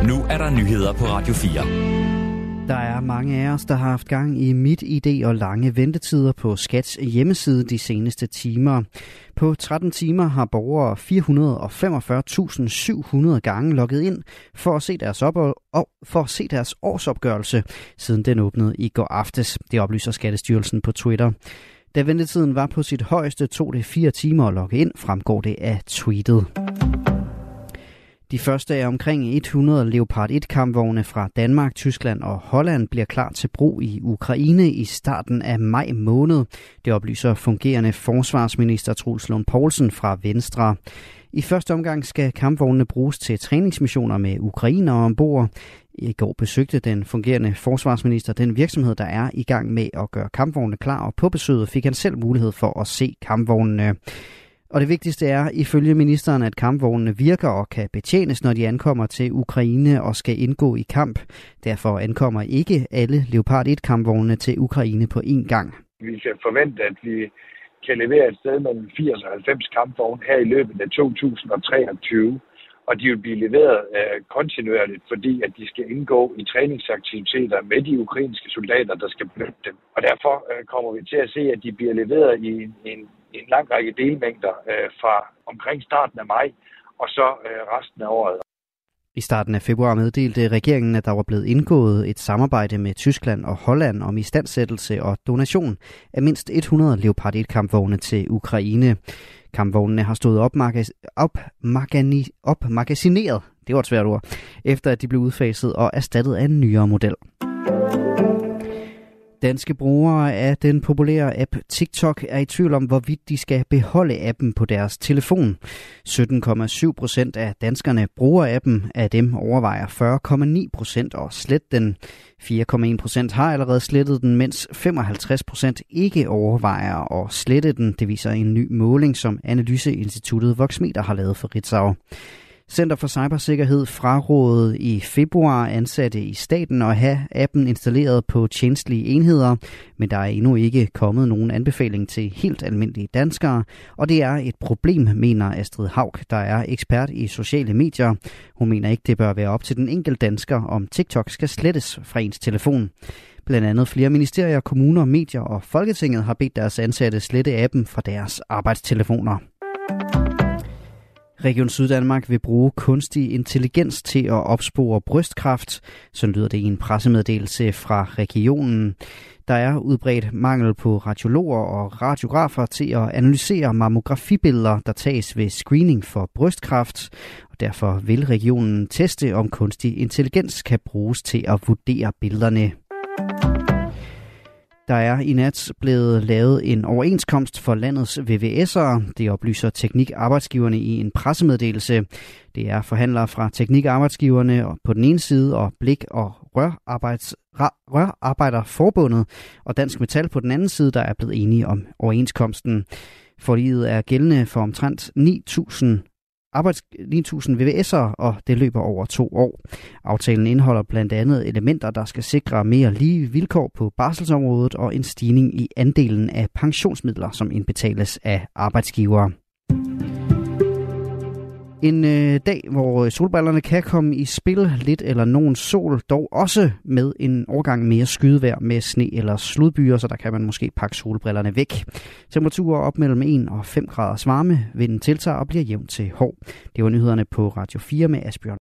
Nu er der nyheder på Radio 4. Der er mange af os, der har haft gang i MitID og lange ventetider på Skats hjemmeside de seneste timer. På 13 timer har borgere 445.700 gange logget ind for at se deres årsopgørelse, siden den åbnede i går aftes. Det oplyser Skattestyrelsen på Twitter. Da ventetiden var på sit højeste, tog det 4 timer at logge ind, fremgår det af tweetet. De første af omkring 100 Leopard 1-kampvogne fra Danmark, Tyskland og Holland bliver klar til brug i Ukraine i starten af maj måned. Det oplyser fungerende forsvarsminister Troels Lund Poulsen fra Venstre. I første omgang skal kampvognene bruges til træningsmissioner med ukrainere ombord. I går besøgte den fungerende forsvarsminister den virksomhed, der er i gang med at gøre kampvognene klar, og på besøget fik han selv mulighed for at se kampvognene. Og det vigtigste er ifølge ministeren, at kampvognene virker og kan betjenes, når de ankommer til Ukraine og skal indgå i kamp. Derfor ankommer ikke alle Leopard 1-kampvognene til Ukraine på én gang. Vi kan forvente, at vi kan levere et sted mellem 80 og 90 kampvogne her i løbet af 2023. Og de vil blive leveret kontinuerligt, fordi at de skal indgå i træningsaktiviteter med de ukrainske soldater, der skal benytte dem. Og derfor kommer vi til at se, at de bliver leveret i en lang række delmængder fra omkring starten af maj og så resten af året. I starten af februar meddelte regeringen, at der var blevet indgået et samarbejde med Tyskland og Holland om istandsættelse og donation af mindst 100 Leopard 1-kampvogne til Ukraine. Kampvognene har stået opmagasineret, det var et svært ord, efter at de blev udfaset og erstattet af en nyere model. Danske brugere af den populære app TikTok er i tvivl om, hvorvidt de skal beholde appen på deres telefon. 17,7% af danskerne bruger appen, af dem overvejer 40,9% at slette den. 4,1% har allerede slettet den, mens 55% ikke overvejer at slette den. Det viser en ny måling, som analyseinstituttet Voxmeter har lavet for Ritzau. Center for Cybersikkerhed frarådede i februar ansatte i staten at have appen installeret på tjenestlige enheder, men der er endnu ikke kommet nogen anbefaling til helt almindelige danskere, og det er et problem, mener Astrid Haug, der er ekspert i sociale medier. Hun mener ikke, det bør være op til den enkelte dansker, om TikTok skal slettes fra ens telefon. Blandt andet flere ministerier, kommuner, medier og Folketinget har bedt deres ansatte slette appen fra deres arbejdstelefoner. Region Syddanmark vil bruge kunstig intelligens til at opspore brystkræft. Så lyder det i en pressemeddelelse fra regionen. Der er udbredt mangel på radiologer og radiografer til at analysere mammografibilleder, der tages ved screening for brystkræft. Og derfor vil regionen teste, om kunstig intelligens kan bruges til at vurdere billederne. Der er i nat blevet lavet en overenskomst for landets VVS'ere. Det oplyser Teknikarbejdsgiverne i en pressemeddelelse. Det er forhandlere fra Teknikarbejdsgiverne på den ene side og Blik- og Rørarbejderforbundet og Dansk Metal på den anden side, der er blevet enige om overenskomsten. Forliget er gældende for omtrent 9.000 VVS'ere, og det løber over 2 år. Aftalen indeholder blandt andet elementer, der skal sikre mere lige vilkår på barselsområdet og en stigning i andelen af pensionsmidler, som indbetales af arbejdsgivere. En dag, hvor solbrillerne kan komme i spil, lidt eller nogen sol, dog også med en overgang mere skydevejr med sne eller sludbyer, så der kan man måske pakke solbrillerne væk. Temperaturer op mellem 1 og 5 graders varme, vinden tiltager og bliver jævnt til hård. Det var nyhederne på Radio 4 med Asbjørn.